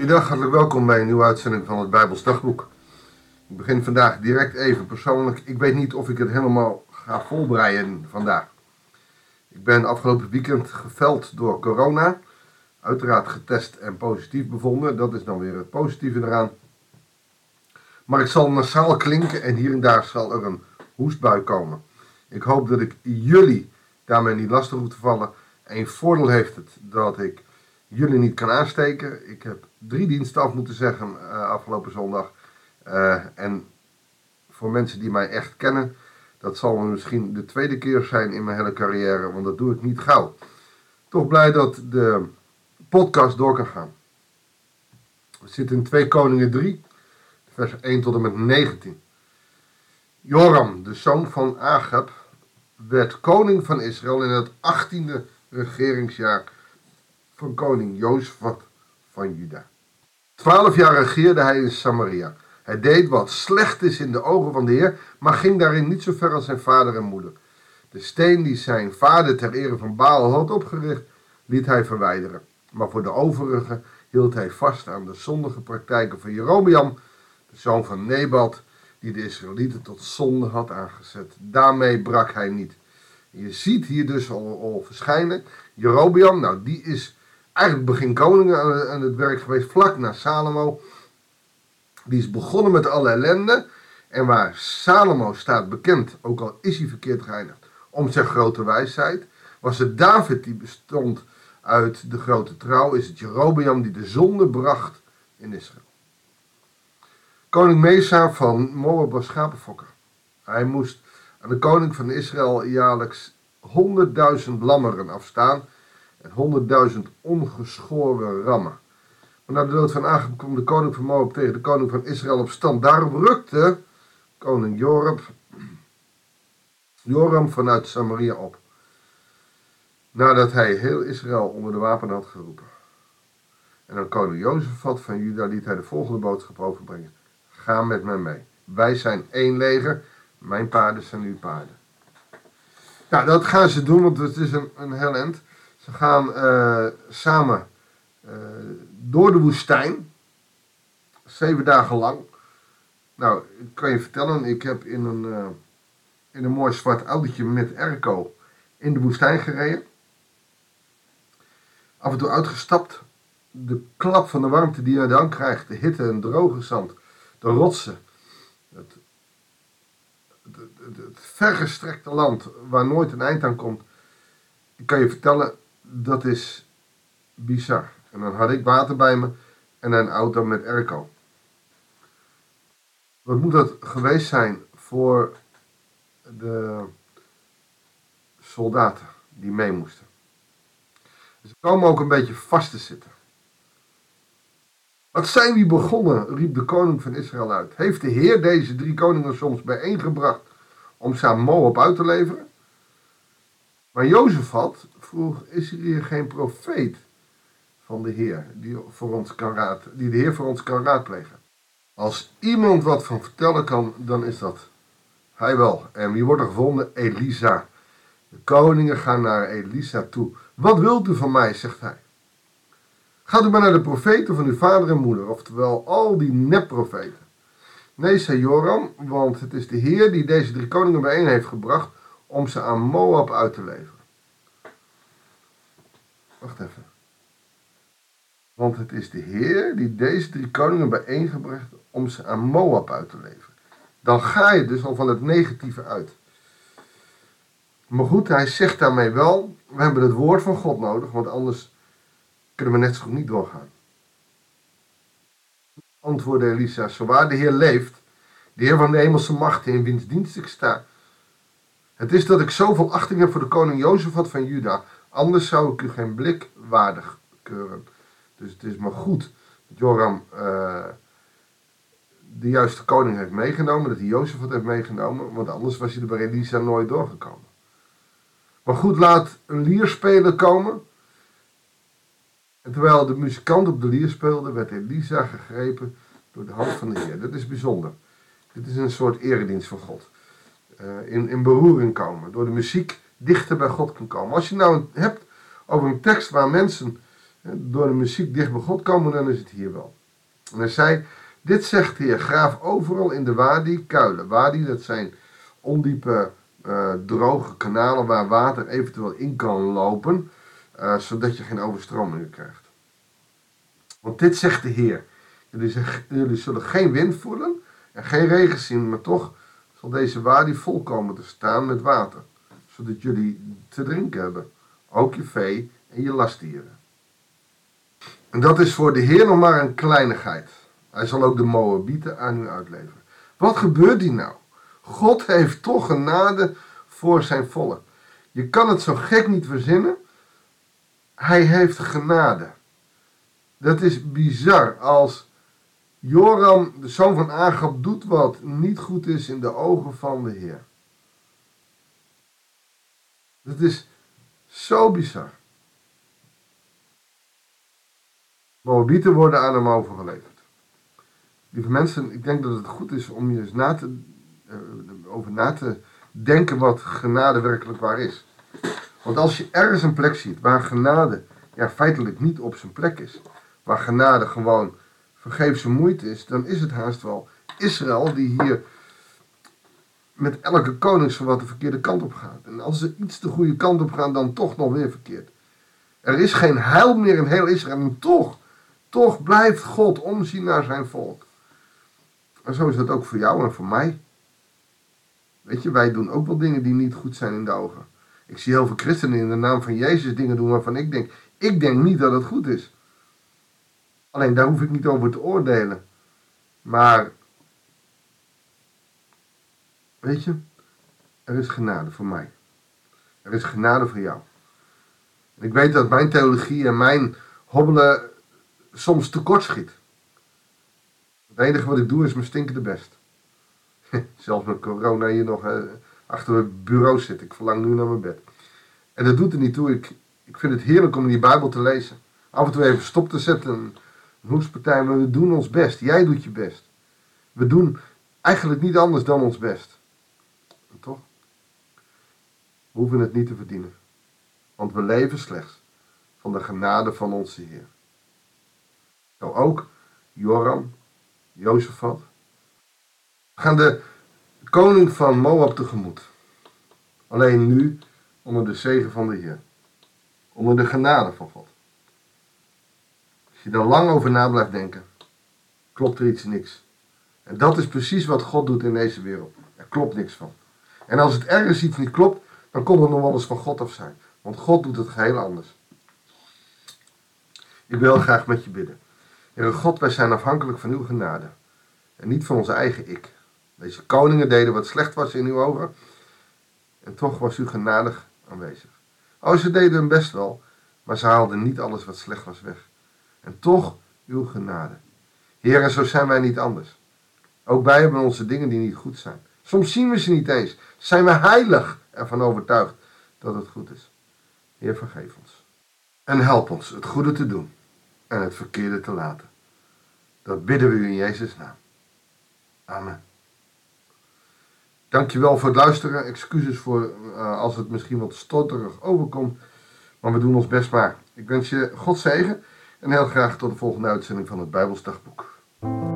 Goedendag, hartelijk welkom bij een nieuwe uitzending van het Bijbels Dagboek. Ik begin vandaag direct even persoonlijk. Ik weet niet of ik het helemaal ga volbreien vandaag. Ik ben afgelopen weekend geveld door corona. Uiteraard getest en positief bevonden. Dat is dan weer het positieve eraan. Maar ik zal nasaal klinken en hier en daar zal er een hoestbui komen. Ik hoop dat ik jullie daarmee niet lastig hoef te vallen. Een voordeel heeft het dat ik jullie niet kan aansteken. Ik heb 3 diensten af moeten zeggen afgelopen zondag. En voor mensen die mij echt kennen, dat zal misschien de tweede keer zijn in mijn hele carrière, want dat doe ik niet gauw. Toch blij dat de podcast door kan gaan. We zitten in 2 Koningen 3, vers 1 tot en met 19. Joram, de zoon van Agab, werd koning van Israël in het 18e regeringsjaar van koning Jozefat van Juda. 12 jaar regeerde hij in Samaria. Hij deed wat slecht is in de ogen van de Heer, maar ging daarin niet zo ver als zijn vader en moeder. De steen die zijn vader ter ere van Baal had opgericht, liet hij verwijderen. Maar voor de overige hield hij vast aan de zondige praktijken van Jerobeam, de zoon van Nebat, die de Israëlieten tot zonde had aangezet. Daarmee brak hij niet. Je ziet hier dus al verschijnen, Jerobeam, nou die is eigenlijk begin koning aan het werk geweest, vlak na Salomo. Die is begonnen met alle ellende. En waar Salomo staat bekend, ook al is hij verkeerd geëindigd, om zijn grote wijsheid, was het David die bestond uit de grote trouw, is het Jerobeam die de zonde bracht in Israël. Koning Mesa van Moab was schapenfokker. Hij moest aan de koning van Israël jaarlijks 100.000 lammeren afstaan en 100.000 ongeschoren rammen. Maar na de dood van Agab kwam de koning van Moab tegen de koning van Israël op stand. Daarop rukte koning Joram vanuit Samaria op, nadat hij heel Israël onder de wapen had geroepen. En aan koning Jozefat van Juda liet hij de volgende boodschap overbrengen. Ga met mij mee. Wij zijn 1 leger, mijn paarden zijn uw paarden. Nou, dat gaan ze doen, want het is een heel eind. Ze gaan samen door de woestijn, 7 dagen lang. Nou, ik kan je vertellen, ik heb in een mooi zwart autootje met airco in de woestijn gereden. Af en toe uitgestapt. De klap van de warmte die je dan krijgt, de hitte en droge zand, de rotsen, het vergestrekte land waar nooit een eind aan komt. Ik kan je vertellen, dat is bizar. En dan had ik water bij me en een auto met airco. Wat moet dat geweest zijn voor de soldaten die mee moesten? Ze komen ook een beetje vast te zitten. Wat zijn die begonnen, riep de koning van Israël uit. Heeft de Heer deze 3 koningen soms bijeengebracht om ze aan Moab uit te leveren? Maar Jozefat vroeg, is er hier geen profeet van de Heer die de Heer voor ons kan raadplegen? Als iemand wat van vertellen kan, dan is dat hij wel. En wie wordt er gevonden? Elisa. De koningen gaan naar Elisa toe. Wat wilt u van mij, zegt hij. Gaat u maar naar de profeten van uw vader en moeder, oftewel al die nepprofeten. Nee, zei Joram, want het is de Heer die deze 3 koningen bijeen heeft gebracht om ze aan Moab uit te leveren. Wacht even. Want het is de Heer die deze 3 koningen bijeengebracht om ze aan Moab uit te leveren. Dan ga je dus al van het negatieve uit. Maar goed, hij zegt daarmee wel, we hebben het woord van God nodig, want anders kunnen we net zo goed niet doorgaan. Antwoordde Elisa, zowaar de Heer leeft, de Heer van de hemelse machten in wiens dienst ik sta. Het is dat ik zoveel achting heb voor de koning Jozefat van Juda, anders zou ik u geen blik waardig keuren. Dus het is maar goed dat Joram de juiste koning heeft meegenomen, dat hij Jozefat heeft meegenomen, want anders was hij er bij Elisa nooit doorgekomen. Maar goed, laat een lierspeler komen. En terwijl de muzikant op de lier speelde, werd Elisa gegrepen door de hand van de Heer. Dat is bijzonder. Dit is een soort eredienst van God. In beroering komen, door de muziek dichter bij God kan komen. Als je nou hebt over een tekst waar mensen door de muziek dicht bij God komen, dan is het hier wel. En hij zei, dit zegt de Heer, graaf overal in de wadi kuilen. Wadi, dat zijn ondiepe, droge kanalen waar water eventueel in kan lopen, zodat je geen overstromingen krijgt. Want dit zegt de Heer, jullie zullen geen wind voelen en geen regen zien, maar toch zal deze wadi vol komen te staan met water, zodat jullie te drinken hebben, ook je vee en je lastdieren. En dat is voor de Heer nog maar een kleinigheid. Hij zal ook de Moabieten aan u uitleveren. Wat gebeurt hier nou? God heeft toch genade voor zijn volk. Je kan het zo gek niet verzinnen. Hij heeft genade. Dat is bizar. Als Joram, de zoon van Agab, doet wat niet goed is in de ogen van de Heer. Dat is zo bizar. Moabieten worden aan hem overgeleverd. Lieve mensen, ik denk dat het goed is om je eens over na te denken wat genade werkelijk waar is. Want als je ergens een plek ziet waar genade feitelijk niet op zijn plek is, waar genade gewoon vergeefse moeite is, dan is het haast wel Israël die hier met elke koningsverwat de verkeerde kant op gaat. En als ze iets de goede kant op gaan, dan toch nog weer verkeerd. Er is geen heil meer in heel Israël en toch blijft God omzien naar zijn volk. En zo is dat ook voor jou en voor mij. Weet je, wij doen ook wel dingen die niet goed zijn in de ogen. Ik zie heel veel christenen in de naam van Jezus dingen doen waarvan ik denk niet dat het goed is. Alleen daar hoef ik niet over te oordelen. Maar, weet je, er is genade voor mij. Er is genade voor jou. En ik weet dat mijn theologie en mijn hobbelen soms tekort schiet. Het enige wat ik doe is mijn stinkende best. Zelfs met corona hier nog achter het bureau zit. Ik verlang nu naar mijn bed. En dat doet er niet toe. Ik vind het heerlijk om die Bijbel te lezen. Af en toe even stop te zetten. Een hoespartij, maar we doen ons best. Jij doet je best. We doen eigenlijk niet anders dan ons best. En toch? We hoeven het niet te verdienen. Want we leven slechts van de genade van onze Heer. Zo ook Joram, Jozefat, gaan de koning van Moab tegemoet. Alleen nu onder de zegen van de Heer. Onder de genade van God. Als je er lang over na blijft denken, klopt er iets niks. En dat is precies wat God doet in deze wereld. Er klopt niks van. En als het ergens iets niet klopt, dan kon het nog wel eens van God af zijn. Want God doet het geheel anders. Ik wil graag met je bidden. Heere God, wij zijn afhankelijk van uw genade. En niet van onze eigen ik. Deze koningen deden wat slecht was in uw ogen. En toch was u genadig aanwezig. Oh, ze deden hun best wel. Maar ze haalden niet alles wat slecht was weg. En toch uw genade. Heer, en zo zijn wij niet anders. Ook wij hebben onze dingen die niet goed zijn. Soms zien we ze niet eens. Zijn we heilig ervan overtuigd dat het goed is. Heer, vergeef ons. En help ons het goede te doen. En het verkeerde te laten. Dat bidden we u in Jezus' naam. Amen. Dankjewel voor het luisteren. Excuses voor als het misschien wat stotterig overkomt. Maar we doen ons best maar. Ik wens je God zegen. En heel graag tot de volgende uitzending van het Bijbels Dagboek.